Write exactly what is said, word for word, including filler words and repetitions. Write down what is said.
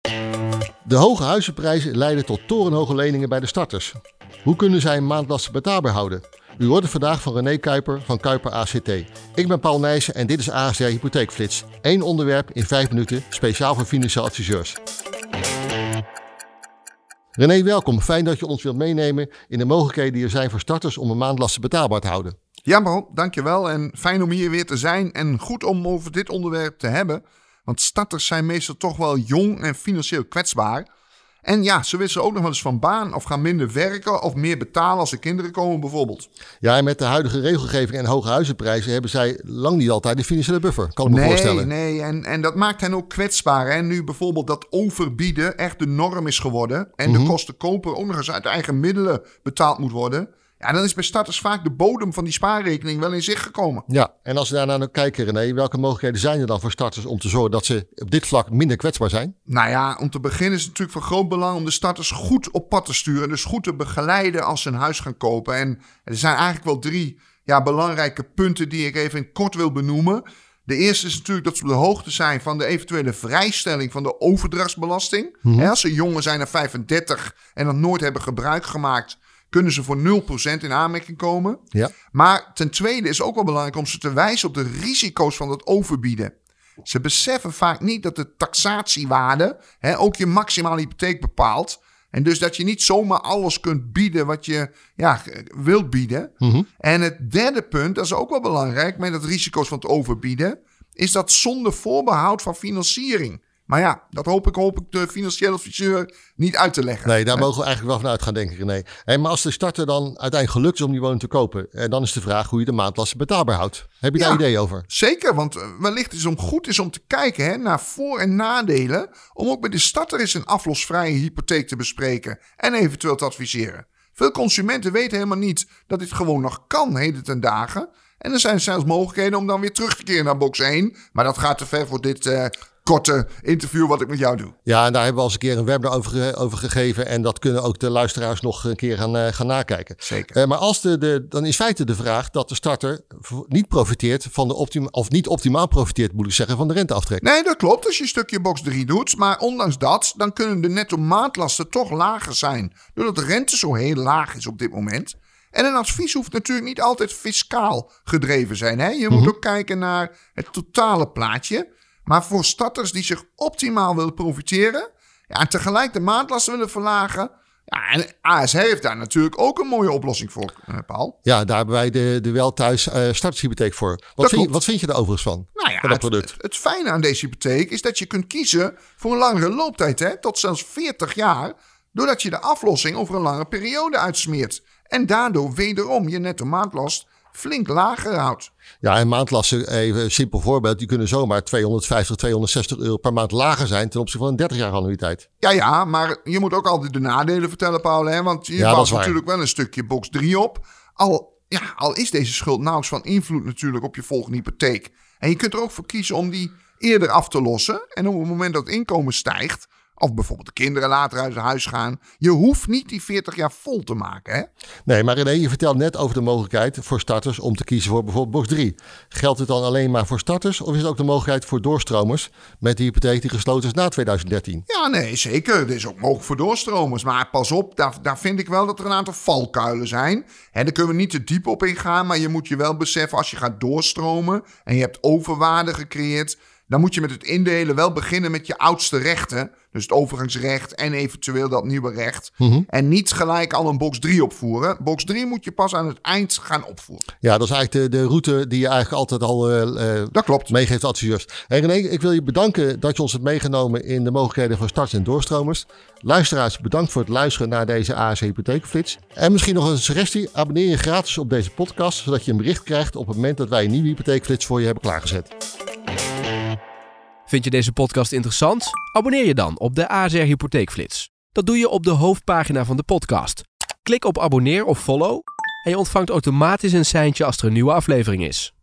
De hoge huizenprijzen leiden tot torenhoge leningen bij de starters. Hoe kunnen zij een maandlasten betaalbaar houden? U hoort het vandaag van René Kuiper van Kuiper A C T. Ik ben Paul Nijssen en dit is A S R Hypotheekflits. Eén onderwerp in vijf minuten, speciaal voor financieel adviseurs. René, welkom. Fijn dat je ons wilt meenemen in de mogelijkheden die er zijn voor starters om een maandlasten betaalbaar te houden. Ja, Paul, dankjewel en fijn om hier weer te zijn en goed om over dit onderwerp te hebben. Want starters zijn meestal toch wel jong en financieel kwetsbaar. En ja, ze wisselen ook nog wel eens van baan of gaan minder werken of meer betalen als er kinderen komen bijvoorbeeld. Ja, en met de huidige regelgeving en hoge huizenprijzen hebben zij lang niet altijd de financiële buffer, kan ik me nee, voorstellen. Nee, en, en dat maakt hen ook kwetsbaar. En nu bijvoorbeeld dat overbieden echt de norm is geworden en Mm-hmm. de kostenkoper ook nog eens uit eigen middelen betaald moet worden. Ja, dan is bij starters vaak de bodem van die spaarrekening wel in zicht gekomen. Ja, en als we daarna naar kijken, René, welke mogelijkheden zijn er dan voor starters om te zorgen dat ze op dit vlak minder kwetsbaar zijn? Nou ja, om te beginnen is het natuurlijk van groot belang om de starters goed op pad te sturen. Dus goed te begeleiden als ze een huis gaan kopen. En er zijn eigenlijk wel drie ja, belangrijke punten die ik even in kort wil benoemen. De eerste is natuurlijk dat ze op de hoogte zijn van de eventuele vrijstelling van de overdrachtsbelasting. Mm-hmm. He, als ze jonger zijn dan vijfendertig en dat nooit hebben gebruik gemaakt, kunnen ze voor nul procent in aanmerking komen. Ja. Maar ten tweede is ook wel belangrijk om ze te wijzen op de risico's van het overbieden. Ze beseffen vaak niet dat de taxatiewaarde hè, ook je maximale hypotheek bepaalt. En dus dat je niet zomaar alles kunt bieden wat je ja, wilt bieden. Mm-hmm. En het derde punt, dat is ook wel belangrijk met het risico's van het overbieden, is dat zonder voorbehoud van financiering. Maar ja, dat hoop ik, hoop ik de financiële adviseur niet uit te leggen. Nee, daar mogen we eigenlijk wel van uit gaan denken, René. Hey, maar als de starter dan uiteindelijk gelukt is om die woning te kopen, dan is de vraag hoe je de maandlasten betaalbaar houdt. Heb je ja, daar idee over? Zeker, want wellicht is om goed is om te kijken hè, naar voor- en nadelen, om ook bij de starter eens een aflosvrije hypotheek te bespreken en eventueel te adviseren. Veel consumenten weten helemaal niet dat dit gewoon nog kan heden ten dagen. En er zijn zelfs mogelijkheden om dan weer terug te keren naar box één. Maar dat gaat te ver voor dit uh, korte interview wat ik met jou doe. Ja, en daar hebben we al eens een keer een webinar over, over gegeven. En dat kunnen ook de luisteraars nog een keer gaan, uh, gaan nakijken. Zeker. Uh, maar als de, de, dan is feite de vraag dat de starter niet profiteert van de optima- of niet optimaal profiteert, moet ik zeggen, van de renteaftrek. Nee, dat klopt als je een stukje box drie doet. Maar ondanks dat, dan kunnen de netto maandlasten toch lager zijn. Doordat de rente zo heel laag is op dit moment. En een advies hoeft natuurlijk niet altijd fiscaal gedreven zijn. Hè? Je mm-hmm. moet ook kijken naar het totale plaatje. Maar voor starters die zich optimaal willen profiteren, ja, en tegelijk de maandlasten willen verlagen. Ja, en A S R heeft daar natuurlijk ook een mooie oplossing voor, Paul. Ja, daar hebben wij de, de Welthuis uh, startershypotheek voor. Wat vind, je, wat vind je er overigens van? Nou ja, van dat product? Het, het fijne aan deze hypotheek is dat je kunt kiezen voor een langere looptijd, hè, tot zelfs veertig jaar. Doordat je de aflossing over een lange periode uitsmeert. En daardoor wederom je netto maandlast flink lager houdt. Ja, en maandlasten, even een simpel voorbeeld, die kunnen zomaar tweehonderdvijftig, tweehonderdzestig euro per maand lager zijn ten opzichte van een dertig jaar annuïteit. Ja, ja, maar je moet ook altijd de nadelen vertellen, Paul. Hè? Want je ja, bouwt natuurlijk wel een stukje box drie op. Al, ja, al is deze schuld nauwelijks van invloed natuurlijk op je volgende hypotheek. En je kunt er ook voor kiezen om die eerder af te lossen. En op het moment dat het inkomen stijgt, of bijvoorbeeld de kinderen later uit huis gaan, je hoeft niet die veertig jaar vol te maken, hè? Nee, maar René, je vertelt net over de mogelijkheid voor starters om te kiezen voor bijvoorbeeld box drie. Geldt het dan alleen maar voor starters of is het ook de mogelijkheid voor doorstromers met de hypotheek die gesloten is na tweeduizend dertien? Ja, nee, zeker. Het is ook mogelijk voor doorstromers. Maar pas op, daar, daar vind ik wel dat er een aantal valkuilen zijn. En daar kunnen we niet te diep op ingaan, maar je moet je wel beseffen als je gaat doorstromen en je hebt overwaarde gecreëerd, dan moet je met het indelen wel beginnen met je oudste rechten. Dus het overgangsrecht en eventueel dat nieuwe recht. Mm-hmm. En niet gelijk al een box drie opvoeren. Box drie moet je pas aan het eind gaan opvoeren. Ja, dat is eigenlijk de, de route die je eigenlijk altijd al uh, dat klopt. meegeeft aan adviseurs. Hey René, ik wil je bedanken dat je ons hebt meegenomen in de mogelijkheden van starters en doorstromers. Luisteraars, bedankt voor het luisteren naar deze A S R Hypotheekflits. En misschien nog een suggestie. Abonneer je gratis op deze podcast, zodat je een bericht krijgt op het moment dat wij een nieuwe hypotheekflits voor je hebben klaargezet. Vind je deze podcast interessant? Abonneer je dan op de A S R Hypotheekflits. Dat doe je op de hoofdpagina van de podcast. Klik op abonneer of follow en je ontvangt automatisch een seintje als er een nieuwe aflevering is.